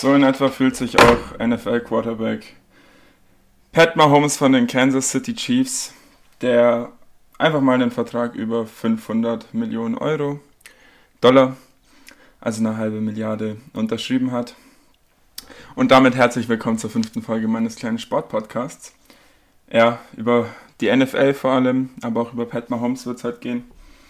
So in etwa fühlt sich auch NFL-Quarterback Pat Mahomes von den Kansas City Chiefs, der einfach mal einen Vertrag über 500 Millionen Dollar, also eine halbe Milliarde, unterschrieben hat. Und damit herzlich willkommen zur 5. Folge meines kleinen Sportpodcasts. Ja, über die NFL vor allem, aber auch über Pat Mahomes wird es heute gehen.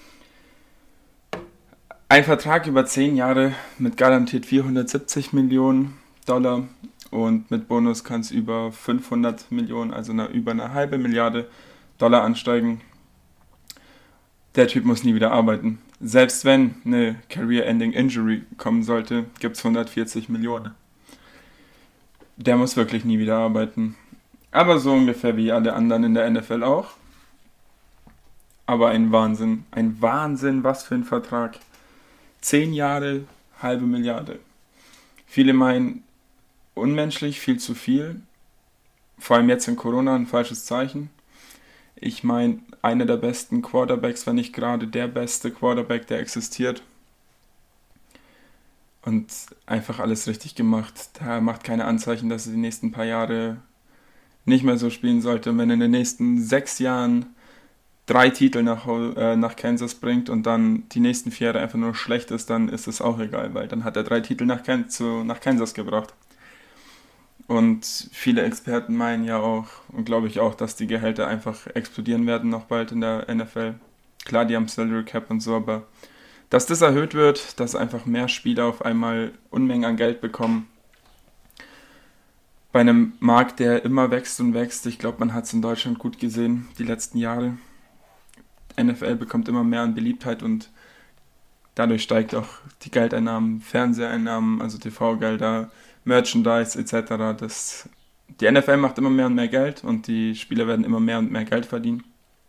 Ein Vertrag über 10 Jahre mit garantiert 470 Millionen Dollar und mit Bonus kann es über 500 Millionen, also über eine halbe Milliarde Dollar ansteigen. Der Typ muss nie wieder arbeiten. Selbst wenn eine Career-Ending Injury kommen sollte, gibt es 140 Millionen. Der muss wirklich nie wieder arbeiten. Aber so ungefähr wie alle anderen in der NFL auch. Aber ein Wahnsinn, was für ein Vertrag. 10 Jahre, halbe Milliarde. Viele meinen, unmenschlich, viel zu viel. Vor allem jetzt in Corona ein falsches Zeichen. Ich meine, einer der besten Quarterbacks, wenn nicht gerade der beste Quarterback, der existiert. Und einfach alles richtig gemacht. Da macht keine Anzeichen, dass er die nächsten paar Jahre nicht mehr so spielen sollte. Und wenn er in den nächsten 6 Jahren 3 Titel nach Kansas bringt und dann die nächsten 4 Jahre einfach nur schlecht ist, dann ist es auch egal, weil dann hat er 3 Titel nach Kansas gebracht. Und viele Experten meinen ja auch, und glaube ich auch, dass die Gehälter einfach explodieren werden noch bald in der NFL. Klar, die haben Salary Cap und so, aber dass das erhöht wird, dass einfach mehr Spieler auf einmal Unmengen an Geld bekommen. Bei einem Markt, der immer wächst und wächst, ich glaube, man hat es in Deutschland gut gesehen, die letzten Jahre. NFL bekommt immer mehr an Beliebtheit und dadurch steigt auch die Geldeinnahmen, Fernseheinnahmen, also TV-Gelder, Merchandise etc. Die NFL macht immer mehr und mehr Geld und die Spieler werden immer mehr und mehr Geld verdienen.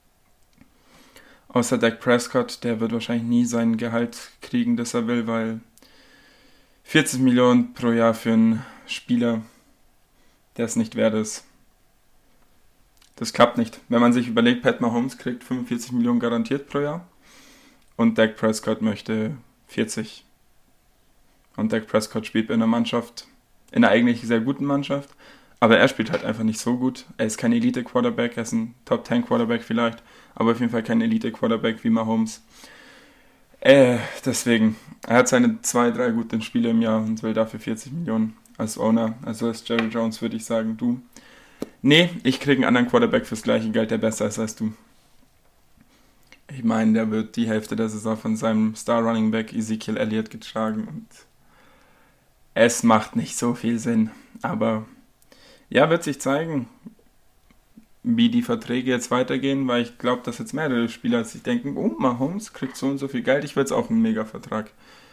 Außer Dak Prescott, der wird wahrscheinlich nie sein Gehalt kriegen, das er will, weil 40 Millionen pro Jahr für einen Spieler, der es nicht wert ist. Das klappt nicht. Wenn man sich überlegt, Pat Mahomes kriegt 45 Millionen garantiert pro Jahr und Dak Prescott möchte 40. Und Dak Prescott spielt in einer eigentlich sehr guten Mannschaft, aber er spielt halt einfach nicht so gut. Er ist kein Elite-Quarterback, er ist ein Top-10-Quarterback vielleicht, aber auf jeden Fall kein Elite-Quarterback wie Mahomes. Deswegen, er hat seine 2-3 guten Spiele im Jahr und will dafür 40 Millionen als Owner, also als Jerry Jones würde ich sagen, nee, ich kriege einen anderen Quarterback fürs gleiche Geld, der besser ist als du. Ich meine, der wird die Hälfte der Saison von seinem Star-Running Back Ezekiel Elliott getragen und es macht nicht so viel Sinn. Aber ja, wird sich zeigen, wie die Verträge jetzt weitergehen, weil ich glaube, dass jetzt mehrere Spieler sich denken, oh, Mahomes kriegt so und so viel Geld, ich will jetzt auch einen Mega-Vertrag.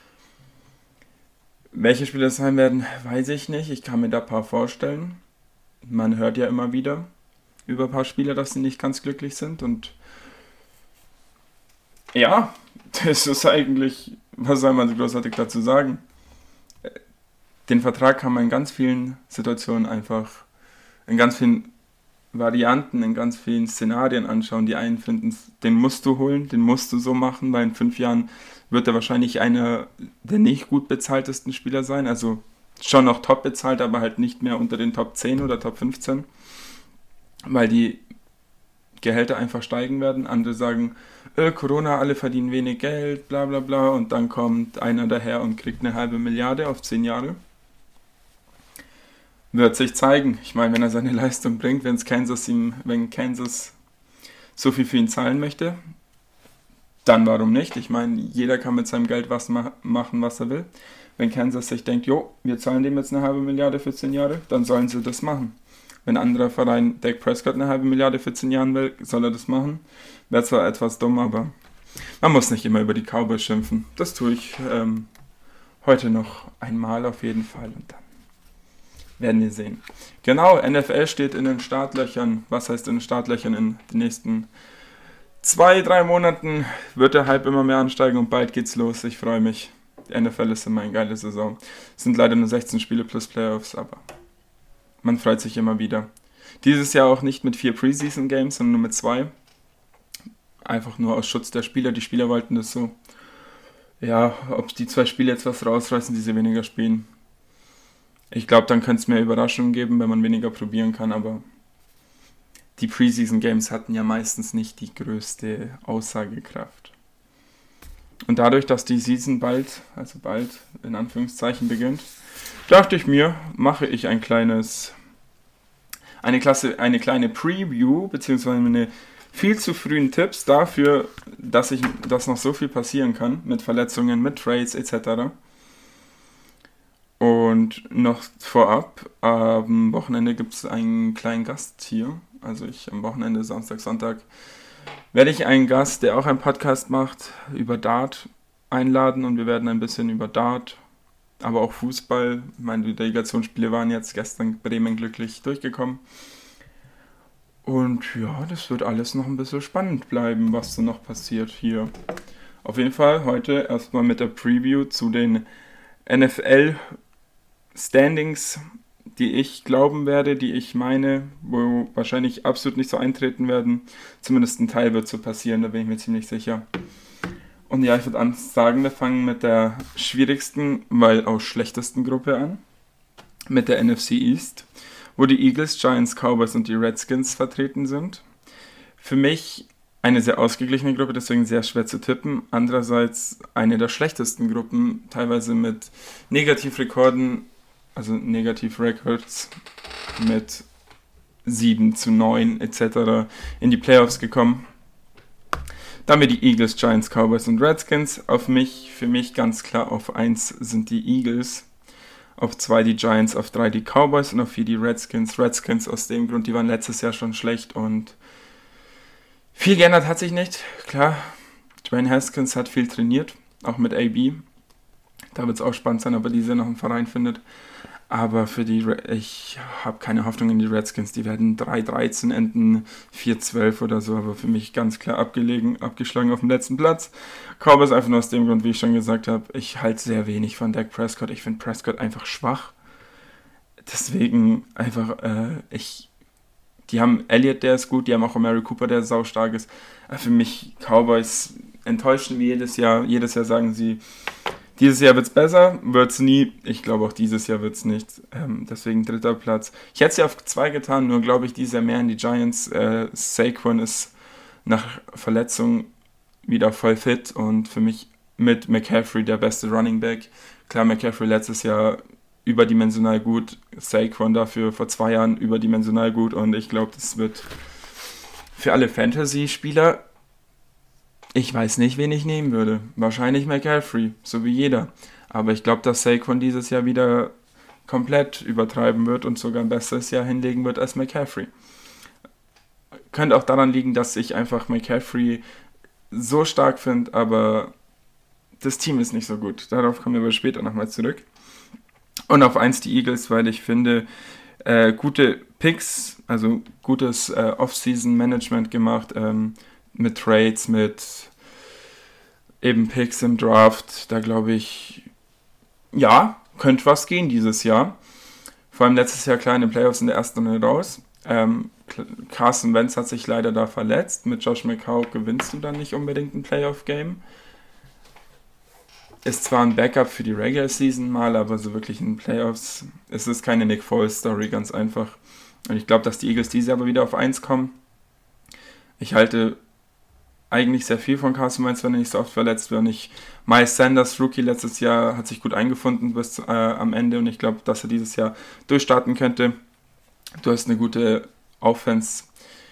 Welche Spieler es sein werden, weiß ich nicht. Ich kann mir da ein paar vorstellen. Man hört ja immer wieder über ein paar Spieler, dass sie nicht ganz glücklich sind und ja, das ist eigentlich, was soll man so großartig dazu sagen? Den Vertrag kann man in ganz vielen Situationen einfach, in ganz vielen Varianten, in ganz vielen Szenarien anschauen. Die einen finden, den musst du holen, den musst du so machen, weil in 5 Jahren wird er wahrscheinlich einer der nicht gut bezahltesten Spieler sein, also schon noch top bezahlt, aber halt nicht mehr unter den Top 10 oder Top 15, weil die Gehälter einfach steigen werden. Andere sagen, Corona, alle verdienen wenig Geld, bla bla bla, und dann kommt einer daher und kriegt eine halbe Milliarde auf 10 Jahre. Wird sich zeigen. Ich meine, wenn er seine Leistung bringt, wenn Kansas so viel für ihn zahlen möchte, dann warum nicht? Ich meine, jeder kann mit seinem Geld was machen, was er will. Wenn Kansas sich denkt, jo, wir zahlen dem jetzt eine halbe Milliarde für 10 Jahre, dann sollen sie das machen. Wenn ein anderer Verein Dak Prescott eine halbe Milliarde für 10 Jahre will, soll er das machen. Wäre zwar etwas dumm, aber man muss nicht immer über die Cowboys schimpfen. Das tue ich heute noch einmal auf jeden Fall und dann werden wir sehen. Genau, NFL steht in den Startlöchern. Was heißt in den Startlöchern? In den nächsten 2-3 Monaten wird der Hype immer mehr ansteigen und bald geht's los. Ich freue mich. Die NFL ist immer eine geile Saison. Es sind leider nur 16 Spiele plus Playoffs, aber man freut sich immer wieder. Dieses Jahr auch nicht mit 4 Preseason-Games, sondern nur mit 2. Einfach nur aus Schutz der Spieler. Die Spieler wollten das so. Ja, ob die 2 Spiele jetzt was rausreißen, die sie weniger spielen. Ich glaube, dann könnte es mehr Überraschungen geben, wenn man weniger probieren kann, aber die Preseason Games hatten ja meistens nicht die größte Aussagekraft. Und dadurch, dass die Season bald in Anführungszeichen beginnt, dachte ich mir, mache ich eine kleine Preview, beziehungsweise eine viel zu frühen Tipps dafür, dass noch so viel passieren kann mit Verletzungen, mit Trades etc. Und noch vorab, am Wochenende gibt es einen kleinen Gast hier. Also am Wochenende, Samstag, Sonntag, werde ich einen Gast, der auch einen Podcast macht, über Dart einladen und wir werden ein bisschen über Dart, aber auch Fußball. Die Delegationsspiele waren jetzt gestern Bremen glücklich durchgekommen. Und ja, das wird alles noch ein bisschen spannend bleiben, was so noch passiert hier. Auf jeden Fall heute erstmal mit der Preview zu den NFL-Standings, die ich glauben werde, die ich meine, wo wahrscheinlich absolut nicht so eintreten werden. Zumindest ein Teil wird so passieren, da bin ich mir ziemlich sicher. Und ja, ich würde sagen, wir fangen mit der schwierigsten, weil auch schlechtesten Gruppe an. Mit der NFC East, wo die Eagles, Giants, Cowboys und die Redskins vertreten sind. Für mich eine sehr ausgeglichene Gruppe, deswegen sehr schwer zu tippen. Andererseits eine der schlechtesten Gruppen, teilweise mit Negativrekorden, also Negativ-Records mit 7-9 etc. in die Playoffs gekommen. Dann die Eagles, Giants, Cowboys und Redskins. Für mich ganz klar auf 1 sind die Eagles, auf 2 die Giants, auf 3 die Cowboys und auf 4 die Redskins. Redskins aus dem Grund, die waren letztes Jahr schon schlecht und viel geändert hat sich nicht. Klar, Dwayne Haskins hat viel trainiert, auch mit AB. Da wird es auch spannend sein, ob er diese noch einen Verein findet. Aber ich habe keine Hoffnung in die Redskins. Die werden 3-13 enden, 4-12 oder so. Aber für mich ganz klar abgeschlagen auf dem letzten Platz. Cowboys einfach nur aus dem Grund, wie ich schon gesagt habe. Ich halte sehr wenig von Dak Prescott. Ich finde Prescott einfach schwach. Deswegen einfach, die haben Elliott, der ist gut. Die haben auch Amari Cooper, der saustark ist. Für mich Cowboys enttäuschen wie jedes Jahr. Jedes Jahr sagen sie, dieses Jahr wird es besser, wird es nie. Ich glaube auch dieses Jahr wird es nicht. Deswegen 3. Platz. Ich hätte es ja auf 2 getan, nur glaube ich dieses Jahr mehr in die Giants. Saquon ist nach Verletzung wieder voll fit und für mich mit McCaffrey der beste Running Back. Klar, McCaffrey letztes Jahr überdimensional gut. Saquon dafür vor 2 Jahren überdimensional gut und ich glaube, das wird für alle Fantasy-Spieler. Ich weiß nicht, wen ich nehmen würde. Wahrscheinlich McCaffrey, so wie jeder. Aber ich glaube, dass Saquon dieses Jahr wieder komplett übertreiben wird und sogar ein besseres Jahr hinlegen wird als McCaffrey. Könnte auch daran liegen, dass ich einfach McCaffrey so stark finde, aber das Team ist nicht so gut. Darauf kommen wir aber später nochmal zurück. Und auf 1 die Eagles, weil ich finde, gute Picks, also gutes Off-Season-Management gemacht, mit Trades, mit eben Picks im Draft, da glaube ich, ja, könnte was gehen dieses Jahr. Vor allem letztes Jahr kleine Playoffs in der ersten Runde raus. Carson Wentz hat sich leider da verletzt. Mit Josh McCown gewinnst du dann nicht unbedingt ein Playoff-Game. Ist zwar ein Backup für die Regular Season mal, aber so wirklich in Playoffs ist es keine Nick Foles-Story, ganz einfach. Und ich glaube, dass die Eagles dieses Jahr aber wieder auf 1 kommen. Ich halte eigentlich sehr viel von Carson Wentz, wenn er nicht so oft verletzt wird. Miles Sanders, Rookie letztes Jahr, hat sich gut eingefunden bis am Ende und ich glaube, dass er dieses Jahr durchstarten könnte. Du hast eine gute Offense.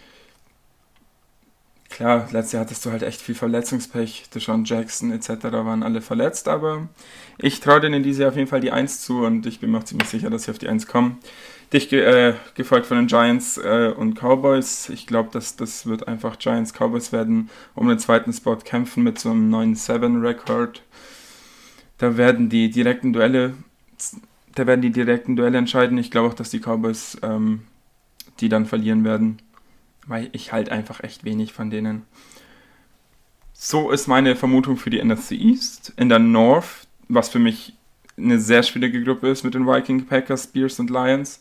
Klar, letztes Jahr hattest du halt echt viel Verletzungspech. Deshaun Jackson etc. waren alle verletzt, aber ich traue denen dieses Jahr auf jeden Fall die 1 zu und ich bin mir auch ziemlich sicher, dass sie auf die 1 kommen. Dich gefolgt von den Giants und Cowboys. Ich glaube, das wird einfach Giants-Cowboys werden um den 2. Spot kämpfen mit so einem 9-7-Rekord. Da werden die direkten Duelle entscheiden. Ich glaube auch, dass die Cowboys die dann verlieren werden, weil ich halt einfach echt wenig von denen. So ist meine Vermutung für die NFC East. In der North, was für mich eine sehr schwierige Gruppe ist mit den Vikings, Packers, Bears und Lions,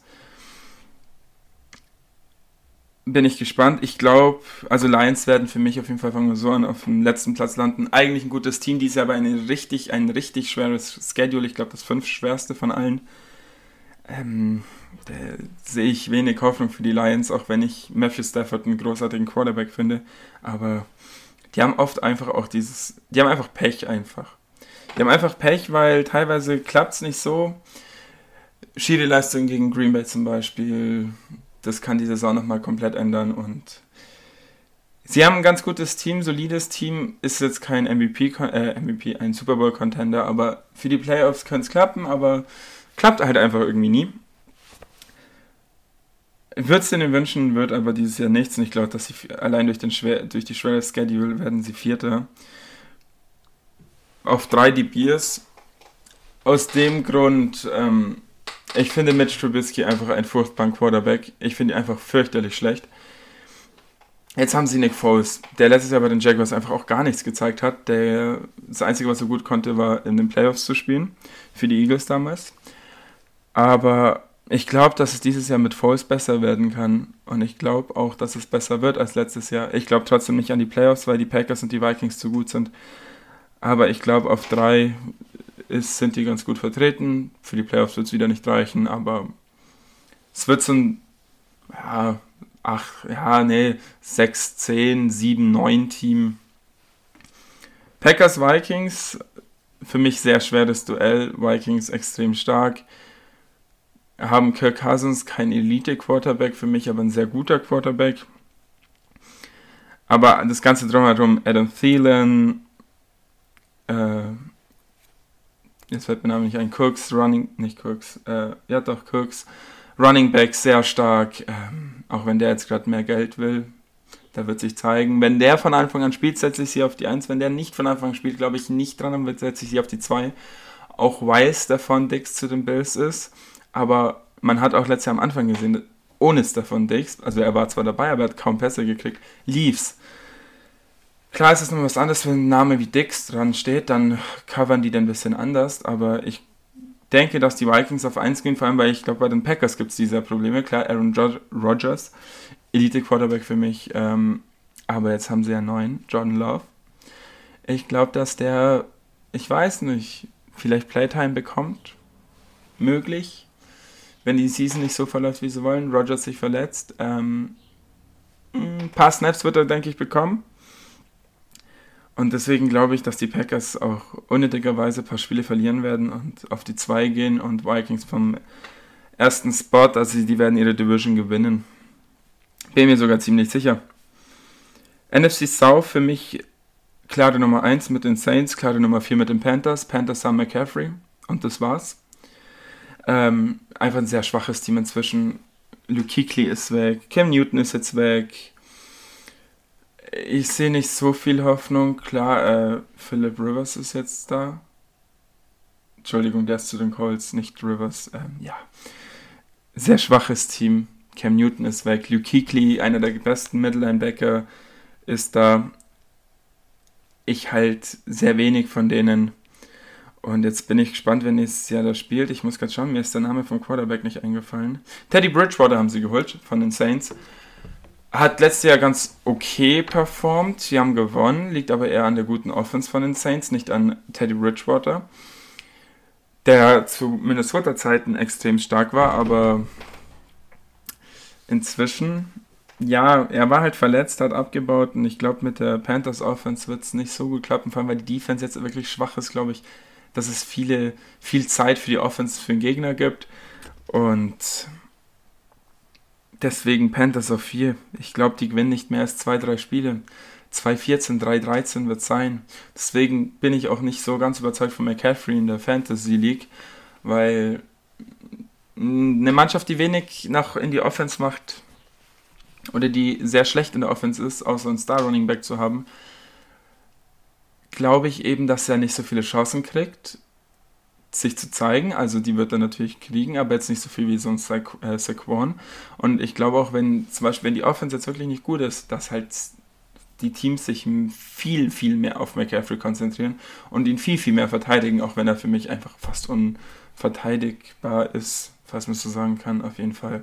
bin ich gespannt. Ich glaube, also Lions werden für mich auf jeden Fall, fangen wir so an, auf dem letzten Platz landen. Eigentlich ein gutes Team, die ist aber ein richtig schweres Schedule. Ich glaube, das 5. schwerste von allen. Da sehe ich wenig Hoffnung für die Lions, auch wenn ich Matthew Stafford einen großartigen Quarterback finde. Aber die haben oft einfach auch die haben einfach Pech einfach. Die haben einfach Pech, weil teilweise klappt es nicht so. Schiri-Leistung gegen Green Bay zum Beispiel, das kann die Saison nochmal komplett ändern und sie haben ein ganz gutes Team, solides Team, ist jetzt kein MVP, ein Super Bowl-Contender, aber für die Playoffs kann es klappen, aber klappt halt einfach irgendwie nie. Würde es denen wünschen, wird aber dieses Jahr nichts und ich glaube, dass sie allein durch die schwere Schedule werden sie Vierter. Auf 3 die Bears. Aus dem Grund, ich finde Mitch Trubisky einfach ein furchtbarer Quarterback. Ich finde ihn einfach fürchterlich schlecht. Jetzt haben sie Nick Foles, der letztes Jahr bei den Jaguars einfach auch gar nichts gezeigt hat. Das Einzige, was er gut konnte, war in den Playoffs zu spielen. Für die Eagles damals. Aber ich glaube, dass es dieses Jahr mit Foles besser werden kann. Und ich glaube auch, dass es besser wird als letztes Jahr. Ich glaube trotzdem nicht an die Playoffs, weil die Packers und die Vikings zu gut sind. Aber ich glaube, auf 3 sind die ganz gut vertreten. Für die Playoffs wird es wieder nicht reichen, aber es wird so ein 6, 10, 7, 9 Team. Packers, Vikings, für mich sehr schweres Duell. Vikings extrem stark. Haben Kirk Cousins, kein Elite-Quarterback für mich, aber ein sehr guter Quarterback. Aber das Ganze drumherum, Adam Thielen, jetzt fällt mir Name nicht ein, Kirks Running Back sehr stark, auch wenn der jetzt gerade mehr Geld will, da wird sich zeigen. Wenn der von Anfang an spielt, setze ich sie auf die 1, wenn der nicht von Anfang an spielt, glaube ich nicht dran, dann setze ich sie auf die 2. Auch weiß, der von Dix zu den Bills ist, aber man hat auch letztes Jahr am Anfang gesehen, ohne Stefon Diggs, also er war zwar dabei, aber er hat kaum Pässe gekriegt, lief's. Klar ist es noch was anderes, wenn ein Name wie Dix dran steht, dann covern die dann ein bisschen anders, aber ich denke, dass die Vikings auf 1 gehen, vor allem, weil ich glaube, bei den Packers gibt es diese Probleme. Klar, Aaron Rodgers, Elite-Quarterback für mich, aber jetzt haben sie ja 9, Jordan Love. Ich glaube, dass der, ich weiß nicht, vielleicht Playtime bekommt, möglich, wenn die Season nicht so verläuft, wie sie wollen, Rodgers sich verletzt. Ein paar Snaps wird er, denke ich, bekommen. Und deswegen glaube ich, dass die Packers auch unnötigerweise ein paar Spiele verlieren werden und auf die 2 gehen und Vikings vom ersten Spot, also die werden ihre Division gewinnen. Bin mir sogar ziemlich sicher. NFC South für mich klare Nummer 1 mit den Saints, klare Nummer 4 mit den Panthers. Panthers haben McCaffrey und das war's. Einfach ein sehr schwaches Team inzwischen. Luke Kuechly ist weg, Cam Newton ist jetzt weg. Ich sehe nicht so viel Hoffnung. Klar, Philip Rivers ist jetzt da. Entschuldigung, der ist zu den Colts, nicht Rivers. Sehr schwaches Team. Cam Newton ist weg. Luke Kuechly, einer der besten Middle-Linebacker, ist da. Ich halte sehr wenig von denen. Und jetzt bin ich gespannt, wenn nächstes Jahr das spielt. Ich muss gerade schauen, mir ist der Name vom Quarterback nicht eingefallen. Teddy Bridgewater haben sie geholt von den Saints. Hat letztes Jahr ganz okay performt. Sie haben gewonnen, liegt aber eher an der guten Offense von den Saints, nicht an Teddy Bridgewater, der zu Minnesota-Zeiten extrem stark war, aber inzwischen, ja, er war halt verletzt, hat abgebaut und ich glaube, mit der Panthers Offense wird es nicht so gut klappen, vor allem weil die Defense jetzt wirklich schwach ist, glaube ich, dass es viel Zeit für die Offense für den Gegner gibt und deswegen Panthers auf 4. Ich glaube, die gewinnen nicht mehr als 2-3 Spiele. 2-14, 3-13 wird es sein. Deswegen bin ich auch nicht so ganz überzeugt von McCaffrey in der Fantasy League, weil eine Mannschaft, die wenig noch in die Offense macht oder die sehr schlecht in der Offense ist, außer einen Star Running Back zu haben, glaube ich eben, dass er nicht so viele Chancen kriegt, sich zu zeigen. Also die wird er natürlich kriegen, aber jetzt nicht so viel wie so ein Saquon. Und ich glaube auch, wenn zum Beispiel, wenn die Offense jetzt wirklich nicht gut ist, dass halt die Teams sich viel mehr auf McCaffrey konzentrieren und ihn viel mehr verteidigen, auch wenn er für mich einfach fast unverteidigbar ist, falls man so sagen kann, auf jeden Fall.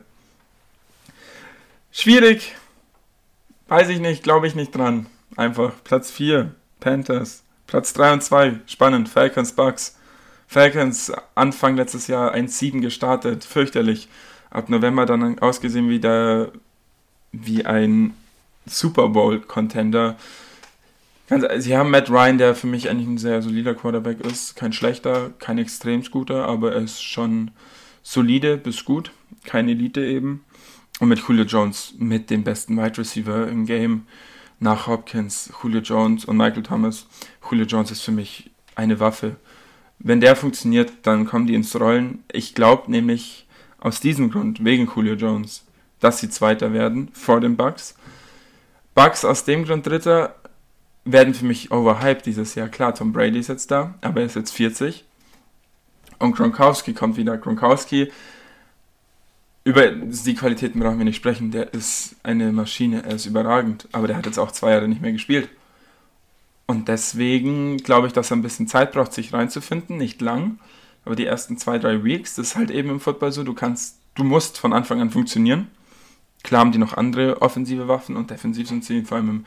Schwierig, weiß ich nicht, glaube ich nicht dran. Einfach Platz 4, Panthers, Platz 3 und 2, spannend, Falcons, Bucks, Falcons Anfang letztes Jahr 1-7 gestartet, fürchterlich. Ab November dann ausgesehen wie ein Super Bowl-Contender. Sie haben Matt Ryan, der für mich eigentlich ein sehr solider Quarterback ist. Kein schlechter, kein extrem guter, aber er ist schon solide bis gut. Keine Elite eben. Und mit Julio Jones, mit dem besten Wide Receiver im Game, nach Hopkins, Julio Jones und Michael Thomas. Julio Jones ist für mich eine Waffe. Wenn der funktioniert, dann kommen die ins Rollen. Ich glaube nämlich aus diesem Grund, wegen Julio Jones, dass sie Zweiter werden vor den Bucks. Bucks aus dem Grund Dritter werden für mich overhyped dieses Jahr. Klar, Tom Brady ist jetzt da, aber er ist jetzt 40. Und Gronkowski kommt wieder. Gronkowski, über die Qualitäten brauchen wir nicht sprechen. Der ist eine Maschine, er ist überragend. Aber der hat jetzt auch 2 Jahre nicht mehr gespielt. Und deswegen glaube ich, dass er ein bisschen Zeit braucht, sich reinzufinden. Nicht lang, aber die ersten 2-3 Weeks, das ist halt eben im Football so. Du musst von Anfang an funktionieren. Klar haben die noch andere offensive Waffen und defensiv sind sie vor allem im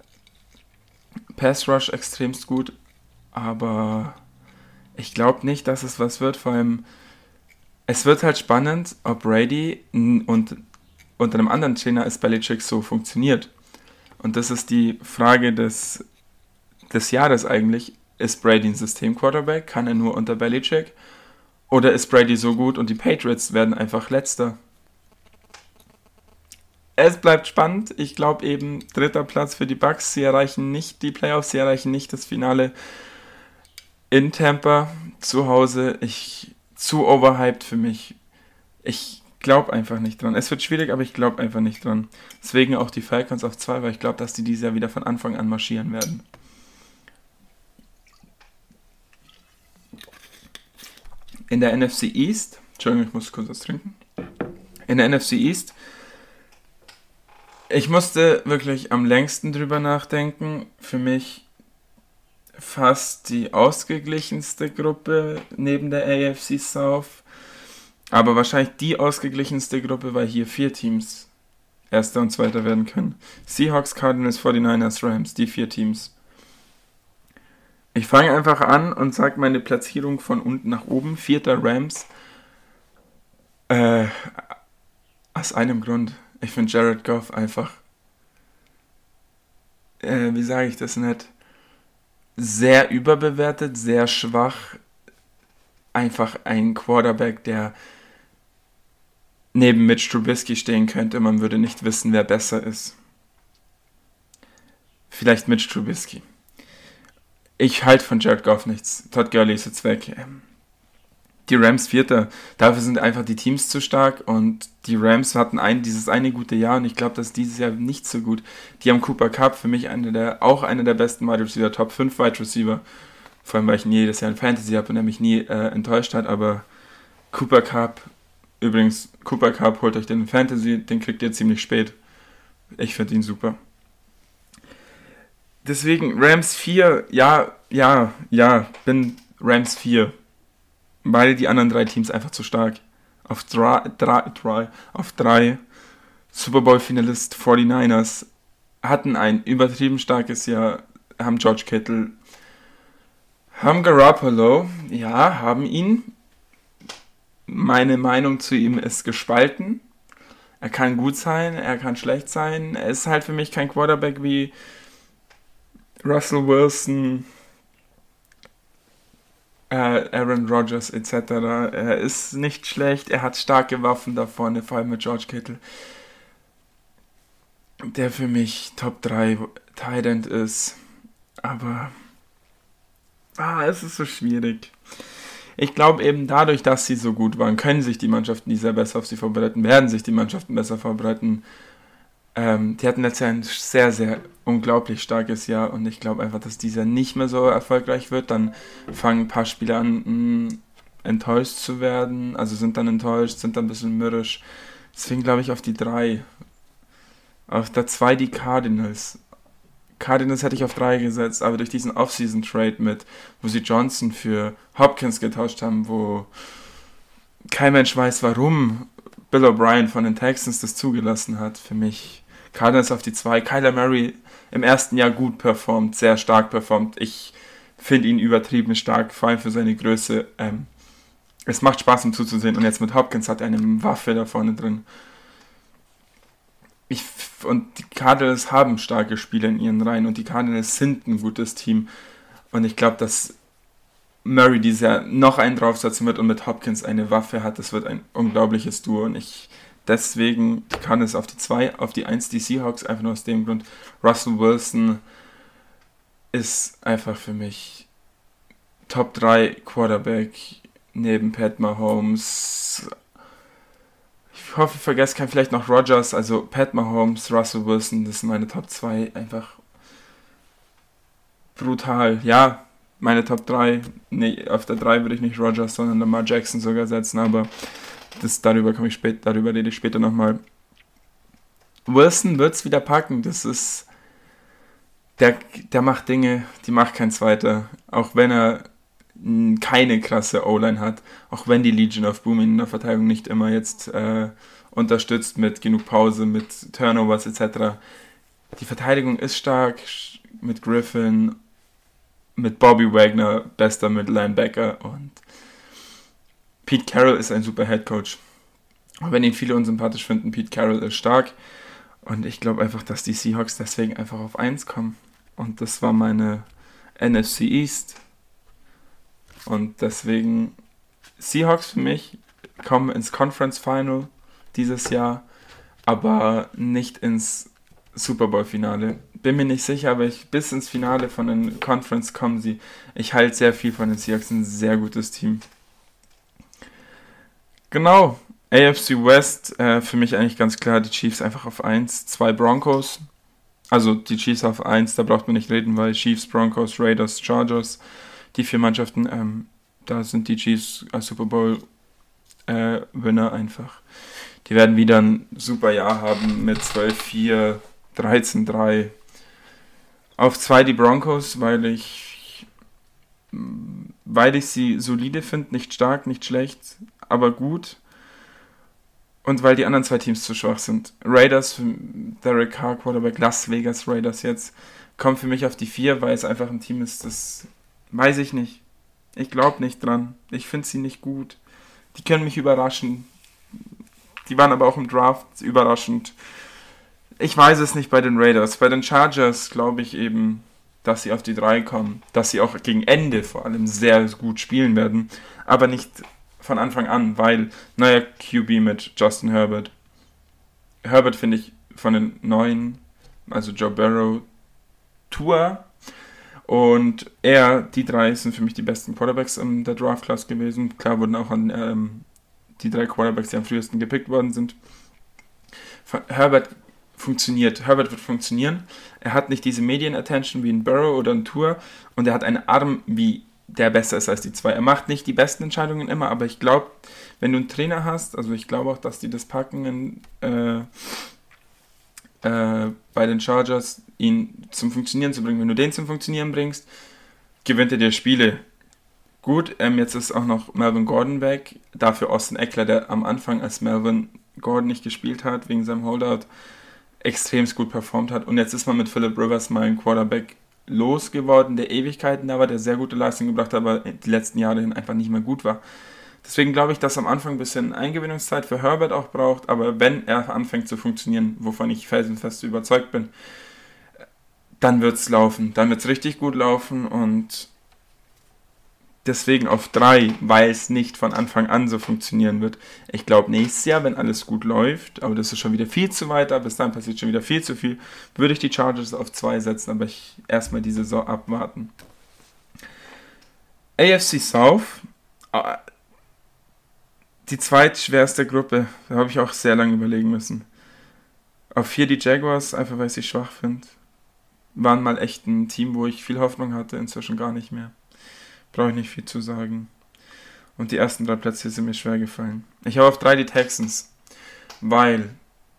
Pass Rush extremst gut. Aber ich glaube nicht, dass es was wird. Vor allem, es wird halt spannend, ob Brady und unter einem anderen Trainer als Belichick so funktioniert. Und das ist die Frage des Jahres eigentlich. Ist Brady ein System-Quarterback? Kann er nur unter Belichick? Oder ist Brady so gut und die Patriots werden einfach Letzter? Es bleibt spannend. Ich glaube eben, 3. Platz für die Bucks. Sie erreichen nicht die Playoffs, sie erreichen nicht das Finale in Tampa zu Hause. Zu overhyped für mich. Ich glaube einfach nicht dran. Es wird schwierig, aber ich glaube einfach nicht dran. Deswegen auch die Falcons auf 2, weil ich glaube, dass die dieses Jahr wieder von Anfang an marschieren werden. In der NFC East, Entschuldigung, ich muss kurz was trinken. In der NFC East, ich musste wirklich am längsten drüber nachdenken. Für mich fast die ausgeglichenste Gruppe neben der AFC South. Aber wahrscheinlich die ausgeglichenste Gruppe, weil hier 4 Teams Erster und Zweiter werden können. Seahawks, Cardinals, 49ers, Rams, die 4 Teams. Ich fange einfach an und sage meine Platzierung von unten nach oben. 4. Rams. Aus einem Grund. Ich finde Jared Goff einfach, wie sage ich das nett, sehr überbewertet, sehr schwach. Einfach ein Quarterback, der neben Mitch Trubisky stehen könnte. Man würde nicht wissen, wer besser ist. Vielleicht Mitch Trubisky. Ich halte von Jared Goff nichts. Todd Gurley ist jetzt weg. Die Rams 4. Dafür sind einfach die Teams zu stark und die Rams hatten dieses eine gute Jahr und ich glaube, dass dieses Jahr nicht so gut. Die haben Cooper Kupp, für mich einer der besten Wide Receiver, Top 5 Wide Receiver. Vor allem, weil ich nie jedes Jahr ein Fantasy habe und er mich nie enttäuscht hat, aber Cooper Kupp holt euch den Fantasy, den kriegt ihr ziemlich spät. Ich finde ihn super. Deswegen Rams 4, bin Rams 4. Weil die anderen 3 Teams einfach zu stark. Auf 3 Super Bowl-Finalist 49ers hatten ein übertrieben starkes Jahr, haben George Kittle, haben Garoppolo, haben ihn. Meine Meinung zu ihm ist gespalten. Er kann gut sein, er kann schlecht sein. Er ist halt für mich kein Quarterback wie Russell Wilson, Aaron Rodgers etc. Er ist nicht schlecht, er hat starke Waffen da vorne, vor allem mit George Kittle, der für mich Top 3 Tight End ist. Aber es ist so schwierig. Ich glaube eben dadurch, dass sie so gut waren, können sich die Mannschaften dieser besser auf sie vorbereiten, werden sich die Mannschaften besser vorbereiten. Die hatten letztes Jahr ein sehr, sehr unglaublich starkes Jahr und ich glaube einfach, dass dieser nicht mehr so erfolgreich wird. Dann fangen ein paar Spieler an, enttäuscht zu werden, also sind dann enttäuscht, sind dann ein bisschen mürrisch. Deswegen glaube ich auf die 3. Auf der 2 die Cardinals. Cardinals hätte ich auf 3 gesetzt, aber durch diesen Off-Season-Trade wo sie Johnson für Hopkins getauscht haben, wo kein Mensch weiß, warum Bill O'Brien von den Texans das zugelassen hat, für mich Cardinals auf die 2. Kyler Murray im ersten Jahr gut performt, sehr stark performt. Ich finde ihn übertrieben stark, vor allem für seine Größe. Es macht Spaß, ihm zuzusehen. Und jetzt mit Hopkins hat er eine Waffe da vorne drin. Und die Cardinals haben starke Spieler in ihren Reihen und die Cardinals sind ein gutes Team. Und ich glaube, dass Murray dieses Jahr noch einen draufsetzen wird und mit Hopkins eine Waffe hat. Das wird ein unglaubliches Duo. Und deswegen kann es auf die 2, auf die 1 die Seahawks, einfach nur aus dem Grund. Russell Wilson ist einfach für mich Top 3 Quarterback neben Pat Mahomes. Ich hoffe, ich vergesse keinen, vielleicht noch Rodgers, also Pat Mahomes, Russell Wilson, das sind meine Top 2, einfach brutal. Ja, meine Top 3, nee, auf der 3 würde ich nicht Rodgers, sondern Lamar Jackson sogar setzen, aber darüber rede ich später nochmal. Wilson wird es wieder packen, das ist, der macht Dinge, die macht kein Zweiter, auch wenn er keine krasse O-Line hat, auch wenn die Legion of Boom in der Verteidigung nicht immer jetzt unterstützt mit genug Pause, mit Turnovers etc. Die Verteidigung ist stark mit Griffin, mit Bobby Wagner, bester Mittellinebacker und Pete Carroll ist ein super Headcoach. Auch wenn ihn viele unsympathisch finden, Pete Carroll ist stark und ich glaube einfach, dass die Seahawks deswegen einfach auf 1 kommen. Und das war meine NFC East. Und deswegen Seahawks für mich kommen ins Conference Final dieses Jahr, aber nicht ins Super Bowl Finale. Bin mir nicht sicher, aber bis ins Finale von den Conference kommen sie. Ich halte sehr viel von den Seahawks, ein sehr gutes Team. Genau, AFC West, für mich eigentlich ganz klar, die Chiefs einfach auf 1, 2 Broncos. Also die Chiefs auf 1, da braucht man nicht reden, weil Chiefs, Broncos, Raiders, Chargers, die 4 Mannschaften, da sind die Chiefs als Super Bowl Winner einfach. Die werden wieder ein super Jahr haben mit 12-4, 13-3. Auf 2 die Broncos, weil ich sie solide finde, nicht stark, nicht schlecht, aber gut. Und weil die anderen 2 Teams zu schwach sind. Raiders, Derek Carr, Quarterback, Las Vegas Raiders jetzt, kommt für mich auf die 4, weil es einfach ein Team ist, das weiß ich nicht. Ich glaube nicht dran. Ich finde sie nicht gut. Die können mich überraschen. Die waren aber auch im Draft überraschend. Ich weiß es nicht bei den Raiders. Bei den Chargers glaube ich eben, dass sie auf die 3 kommen. Dass sie auch gegen Ende vor allem sehr gut spielen werden. Aber nicht von Anfang an, weil neuer QB mit Justin Herbert. Herbert finde ich von den neuen, also Joe Burrow, Tua und die 3 sind für mich die besten Quarterbacks in der Draft-Class gewesen. Klar wurden auch an die 3 Quarterbacks, die am frühesten gepickt worden sind. Herbert wird funktionieren. Er hat nicht diese Medien-Attention wie ein Burrow oder ein Tua und er hat einen Arm wie der besser ist als die 2. Er macht nicht die besten Entscheidungen immer, aber ich glaube, wenn du einen Trainer hast, also ich glaube auch, dass die das packen bei den Chargers, ihn zum Funktionieren zu bringen. Wenn du den zum Funktionieren bringst, gewinnt er dir Spiele. Gut, jetzt ist auch noch Melvin Gordon weg, dafür Austin Eckler, der am Anfang, als Melvin Gordon nicht gespielt hat, wegen seinem Holdout, extrem gut performt hat. Und jetzt ist man mit Phillip Rivers mal ein Quarterback losgeworden, der Ewigkeiten da war, der sehr gute Leistung gebracht hat, aber die letzten Jahre hin einfach nicht mehr gut war. Deswegen glaube ich, dass am Anfang ein bisschen Eingewöhnungszeit für Herbert auch braucht, aber wenn er anfängt zu funktionieren, wovon ich felsenfest überzeugt bin, dann wird es laufen. Dann wird es richtig gut laufen und deswegen auf 3, weil es nicht von Anfang an so funktionieren wird. Ich glaube, nächstes Jahr, wenn alles gut läuft, aber das ist schon wieder viel zu weit, bis dann passiert schon wieder viel zu viel, würde ich die Chargers auf 2 setzen, aber ich erstmal die Saison abwarten. AFC South, die zweitschwerste Gruppe, da habe ich auch sehr lange überlegen müssen. Auf 4 die Jaguars, einfach weil ich sie schwach finde. Waren mal echt ein Team, wo ich viel Hoffnung hatte, inzwischen gar nicht mehr. Brauche ich nicht viel zu sagen. Und die ersten 3 Plätze sind mir schwer gefallen. Ich habe auf 3 die Texans, weil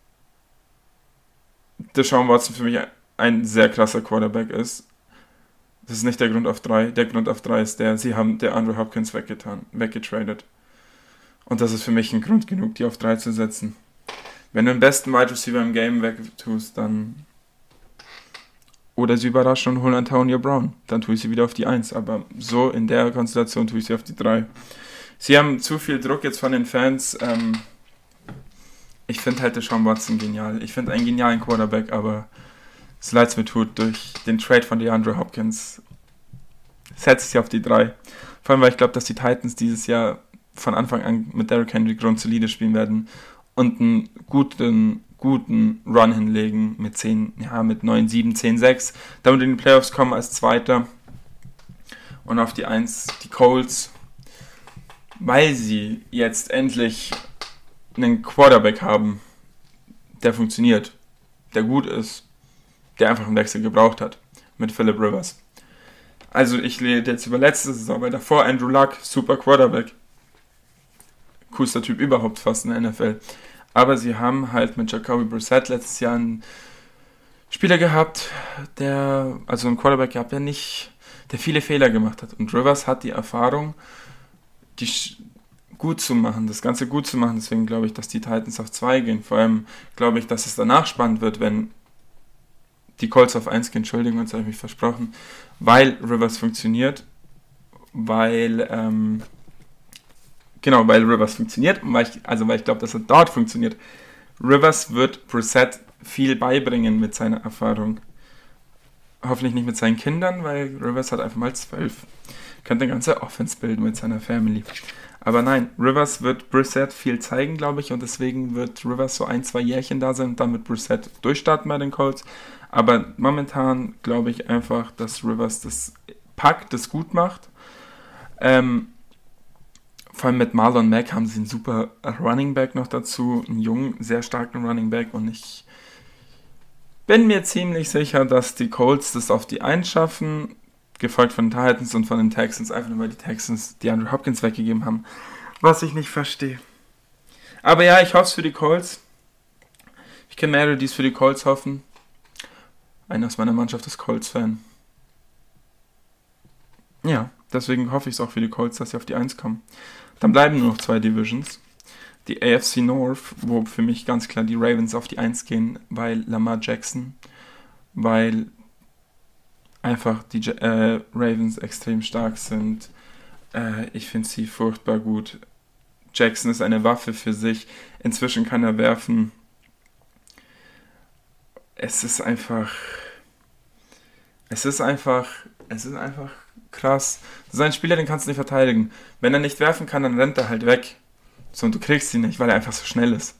Deshaun Watson für mich ein sehr krasser Quarterback ist. Das ist nicht der Grund auf 3. Der Grund auf 3 ist sie haben der Andrew Hopkins weggetradet. Und das ist für mich ein Grund genug, die auf 3 zu setzen. Wenn du den besten Wide Receiver im Game wegtust, dann Oder sie überraschen und holen Antonio Brown. Dann tue ich sie wieder auf die 1. Aber so in der Konstellation tue ich sie auf die 3. Sie haben zu viel Druck jetzt von den Fans. Ich finde halt Deshaun Watson genial. Ich finde einen genialen Quarterback, aber so leid es mir tut, durch den Trade von DeAndre Hopkins setze ich sie auf die 3. Vor allem, weil ich glaube, dass die Titans dieses Jahr von Anfang an mit Derrick Henry grundsolide spielen werden und einen guten Run hinlegen mit 9-7, 10-6, damit in die Playoffs kommen als Zweiter. Und auf die 1 die Colts, weil sie jetzt endlich einen Quarterback haben, der funktioniert, der gut ist, der einfach einen Wechsel gebraucht hat mit Philip Rivers. Also ich rede jetzt über letzte Saison, weil davor Andrew Luck, super Quarterback, coolster Typ überhaupt fast in der NFL. Aber sie haben halt mit Jacoby Brissett letztes Jahr einen Spieler gehabt, einen Quarterback gehabt, der viele Fehler gemacht hat. Und Rivers hat die Erfahrung, das Ganze gut zu machen. Deswegen glaube ich, dass die Titans auf 2 gehen. Vor allem glaube ich, dass es danach spannend wird, wenn die Colts auf 1 gehen. Entschuldigung, jetzt habe ich mich versprochen. Weil Rivers funktioniert. Weil Rivers funktioniert und weil ich glaube, dass er dort funktioniert. Rivers wird Brissett viel beibringen mit seiner Erfahrung. Hoffentlich nicht mit seinen Kindern, weil Rivers hat einfach mal 12. Könnte eine ganze Offense bilden mit seiner Family. Aber nein, Rivers wird Brissett viel zeigen, glaube ich, und deswegen wird Rivers so 1-2 Jährchen da sein und dann mit Brissett durchstarten bei den Colts. Aber momentan glaube ich einfach, dass Rivers das packt, das gut macht. Vor allem mit Marlon Mack haben sie einen super Running Back noch dazu, einen jungen, sehr starken Running Back, und ich bin mir ziemlich sicher, dass die Colts das auf die 1 schaffen, gefolgt von den Titans und von den Texans, einfach nur weil die Texans DeAndre Hopkins weggegeben haben, was ich nicht verstehe. Aber ja, ich hoffe es für die Colts. Ich kenne mehrere, die es für die Colts hoffen. Einer aus meiner Mannschaft ist Colts-Fan. Ja, deswegen hoffe ich es auch für die Colts, dass sie auf die 1 kommen. Dann bleiben nur noch 2 Divisions. Die AFC North, wo für mich ganz klar die Ravens auf die 1 gehen, weil Lamar Jackson, weil einfach die Ravens extrem stark sind. Ich finde sie furchtbar gut. Jackson ist eine Waffe für sich. Inzwischen kann er werfen. Es ist einfach krass. Das ist ein Spieler, den kannst du nicht verteidigen. Wenn er nicht werfen kann, dann rennt er halt weg. So, und du kriegst ihn nicht, weil er einfach so schnell ist.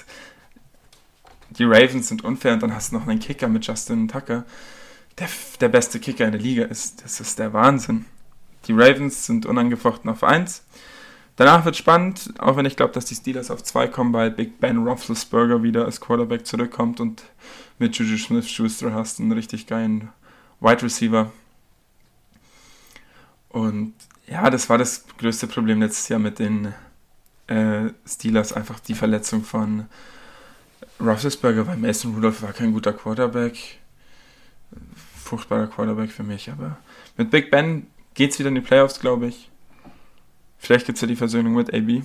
Die Ravens sind unfair, und dann hast du noch einen Kicker mit Justin Tucker, der beste Kicker in der Liga ist. Das ist der Wahnsinn. Die Ravens sind unangefochten auf 1. Danach wird spannend, auch wenn ich glaube, dass die Steelers auf 2 kommen, weil Big Ben Roethlisberger wieder als Quarterback zurückkommt und mit Juju Smith-Schuster hast einen richtig geilen Wide Receiver. Und ja, das war das größte Problem letztes Jahr mit den Steelers, einfach die Verletzung von Roethlisberger, weil Mason Rudolph war kein guter Quarterback. Furchtbarer Quarterback für mich, aber mit Big Ben geht's wieder in die Playoffs, glaube ich. Vielleicht gibt es ja die Versöhnung mit AB.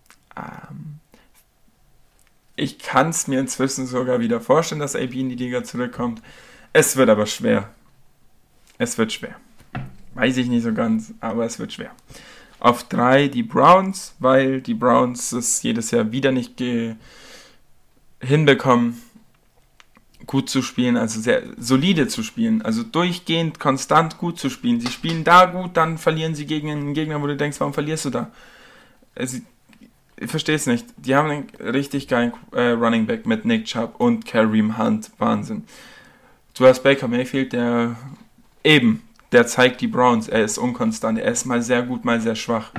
Ich kann es mir inzwischen sogar wieder vorstellen, dass AB in die Liga zurückkommt. Es wird aber schwer. Es wird schwer. Weiß ich nicht so ganz, aber es wird schwer. Auf 3 die Browns, weil die Browns es jedes Jahr wieder nicht hinbekommen, gut zu spielen, also sehr solide zu spielen, also durchgehend, konstant gut zu spielen. Sie spielen da gut, dann verlieren sie gegen einen Gegner, wo du denkst, warum verlierst du da? Ich verstehe es nicht. Die haben einen richtig geilen Running Back mit Nick Chubb und Kareem Hunt. Wahnsinn. Du hast Baker Mayfield, der zeigt die Browns. Er ist unkonstant. Er ist mal sehr gut, mal sehr schwach.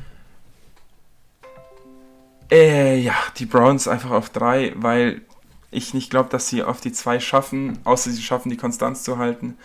Die Browns einfach auf 3, weil ich nicht glaube, dass sie auf die 2 schaffen, außer sie schaffen, die Konstanz zu halten.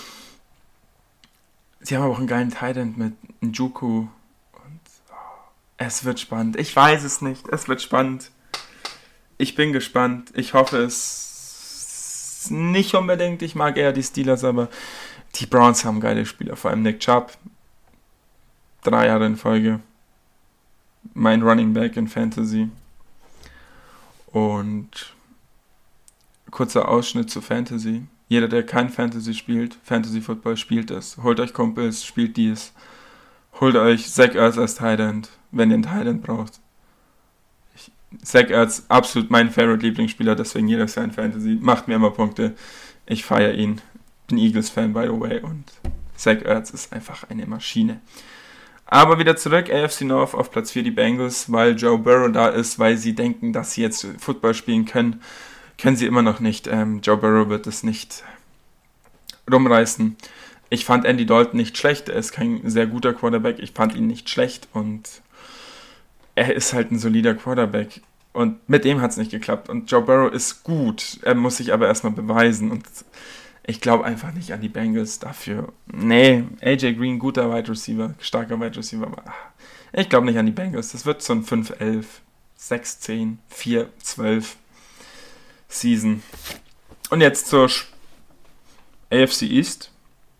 Sie haben aber auch einen geilen Tight End mit Njoku. Und es wird spannend. Ich weiß es nicht. Es wird spannend. Ich bin gespannt. Ich hoffe es nicht unbedingt. Ich mag eher die Steelers, aber die Browns haben geile Spieler. Vor allem Nick Chubb. 3 Jahre in Folge. Mein Running Back in Fantasy. Und kurzer Ausschnitt zu Fantasy. Jeder, der kein Fantasy spielt, Fantasy Football, spielt es. Holt euch Kumpels, spielt dies. Holt euch Zach Ertz als Tight End, wenn ihr einen Tight End braucht. Zach Ertz, absolut mein Favorite-Lieblingsspieler, deswegen jedes Jahr in Fantasy. Macht mir immer Punkte. Ich feiere ihn. Bin Eagles-Fan, by the way. Und Zach Ertz ist einfach eine Maschine. Aber wieder zurück, AFC North auf Platz 4 die Bengals, weil Joe Burrow da ist, weil sie denken, dass sie jetzt Football spielen können. Können sie immer noch nicht. Joe Burrow wird es nicht rumreißen. Ich fand Andy Dalton nicht schlecht. Er ist kein sehr guter Quarterback. Ich fand ihn nicht schlecht und er ist halt ein solider Quarterback. Und mit dem hat es nicht geklappt. Und Joe Burrow ist gut. Er muss sich aber erstmal beweisen. Und ich glaube einfach nicht an die Bengals dafür. Nee, AJ Green, guter Wide Receiver, starker Wide Receiver. Aber ich glaube nicht an die Bengals. Das wird so ein 5-11, 6-10, 4-12 Season. Und jetzt zur AFC East.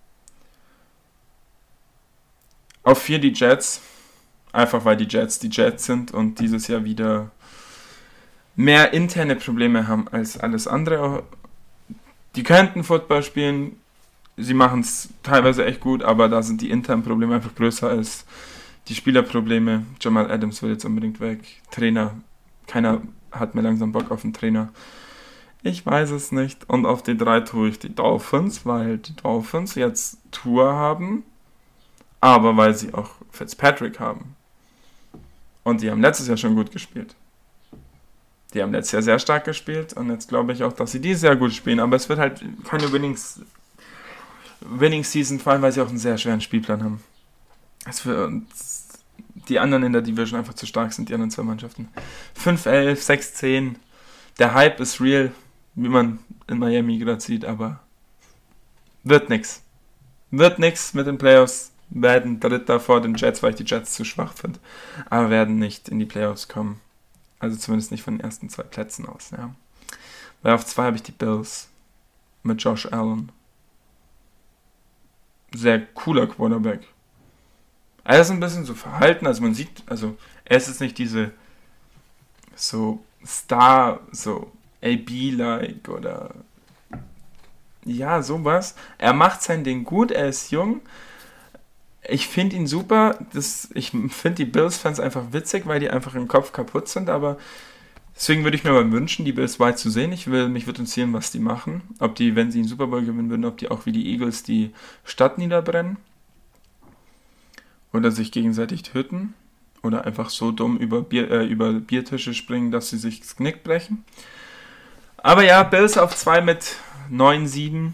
Auf 4 die Jets. Einfach weil die Jets sind und dieses Jahr wieder mehr interne Probleme haben als alles andere. Die könnten Football spielen, sie machen es teilweise echt gut, aber da sind die internen Probleme einfach größer als die Spielerprobleme. Jamal Adams will jetzt unbedingt weg. Trainer, keiner hat mehr langsam Bock auf einen Trainer. Ich weiß es nicht. Und auf die 3 tue ich die Dolphins, weil die Dolphins jetzt Tour haben, aber weil sie auch Fitzpatrick haben. Und die haben letztes Jahr schon gut gespielt. Die haben letztes Jahr sehr stark gespielt und jetzt glaube ich auch, dass sie dieses Jahr gut spielen. Aber es wird halt keine Winning Season, vor allem weil sie auch einen sehr schweren Spielplan haben. Es für die anderen in der Division einfach zu stark sind, die anderen 2 Mannschaften. 5-11, 6-10. Der Hype ist real, wie man in Miami gerade sieht, aber wird nix. Wird nix mit den Playoffs. Werden Dritter vor den Jets, weil ich die Jets zu schwach finde. Aber werden nicht in die Playoffs kommen. Also zumindest nicht von den ersten 2 Plätzen aus. Ja. Weil auf 2 habe ich die Bills mit Josh Allen. Sehr cooler Quarterback. Er ist ein bisschen so verhalten, also man sieht, also er ist jetzt nicht diese so Star, so AB-like oder ja, sowas. Er macht sein Ding gut, er ist jung. Ich finde ihn super. Ich finde die Bills-Fans einfach witzig, weil die einfach im Kopf kaputt sind. Aber deswegen würde ich mir mal wünschen, die Bills weit zu sehen. Mich würde interessieren, was die machen. Ob die, wenn sie einen Super Bowl gewinnen würden, ob die auch wie die Eagles die Stadt niederbrennen. Oder sich gegenseitig töten. Oder einfach so dumm über Biertische springen, dass sie sich das Knick brechen. Aber ja, Bills auf 2 mit 9-7.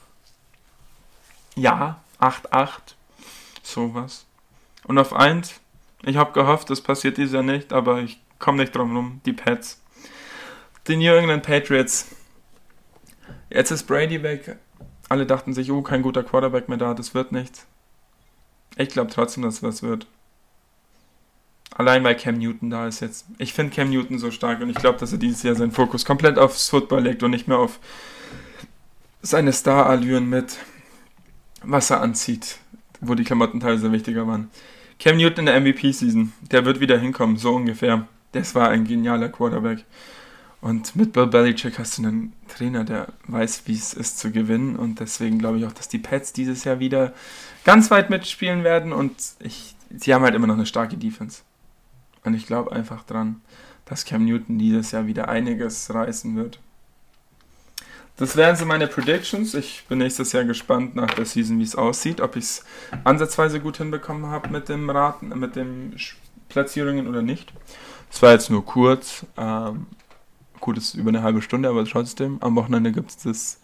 Ja, 8-8. Sowas. Und auf 1, ich habe gehofft, das passiert dieses Jahr nicht, aber ich komme nicht drum rum, die Pats. Die New England Patriots. Jetzt ist Brady weg. Alle dachten sich, oh, kein guter Quarterback mehr da, das wird nichts. Ich glaube trotzdem, dass es was wird. Allein weil Cam Newton da ist jetzt. Ich finde Cam Newton so stark und ich glaube, dass er dieses Jahr seinen Fokus komplett aufs Football legt und nicht mehr auf seine Star-Allüren mit, was er anzieht, wo die Klamotten teilweise wichtiger waren. Cam Newton in der MVP-Season, der wird wieder hinkommen, so ungefähr. Das war ein genialer Quarterback. Und mit Bill Belichick hast du einen Trainer, der weiß, wie es ist zu gewinnen. Und deswegen glaube ich auch, dass die Pats dieses Jahr wieder ganz weit mitspielen werden. Und sie haben halt immer noch eine starke Defense. Und ich glaube einfach dran, dass Cam Newton dieses Jahr wieder einiges reißen wird. Das wären so meine Predictions. Ich bin nächstes Jahr gespannt nach der Season, wie es aussieht. Ob ich es ansatzweise gut hinbekommen habe mit dem Raten, mit den Platzierungen oder nicht. Es war jetzt nur kurz. Gut, es ist über eine halbe Stunde, aber trotzdem. Am Wochenende gibt es das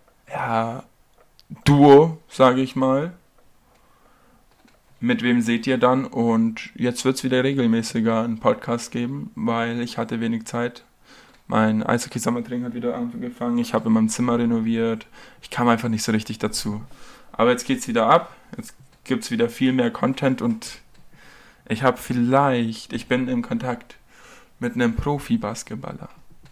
Duo, sage ich mal. Mit wem seht ihr dann? Und jetzt wird es wieder regelmäßiger einen Podcast geben, weil ich hatte wenig Zeit. Mein Eishockey-Sommertraining hat wieder angefangen. Ich habe in meinem Zimmer renoviert. Ich kam einfach nicht so richtig dazu. Aber jetzt geht es wieder ab. Jetzt gibt es wieder viel mehr Content und ich bin in Kontakt mit einem Profi-Basketballer.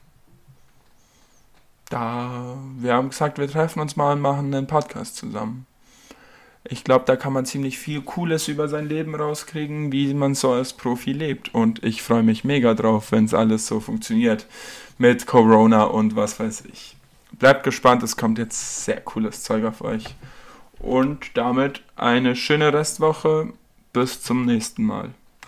Wir haben gesagt, wir treffen uns mal und machen einen Podcast zusammen. Ich glaube, da kann man ziemlich viel Cooles über sein Leben rauskriegen, wie man so als Profi lebt. Und ich freue mich mega drauf, wenn es alles so funktioniert mit Corona und was weiß ich. bleibt gespannt, es kommt jetzt sehr cooles Zeug auf euch. Und damit eine schöne Restwoche. Bis zum nächsten Mal.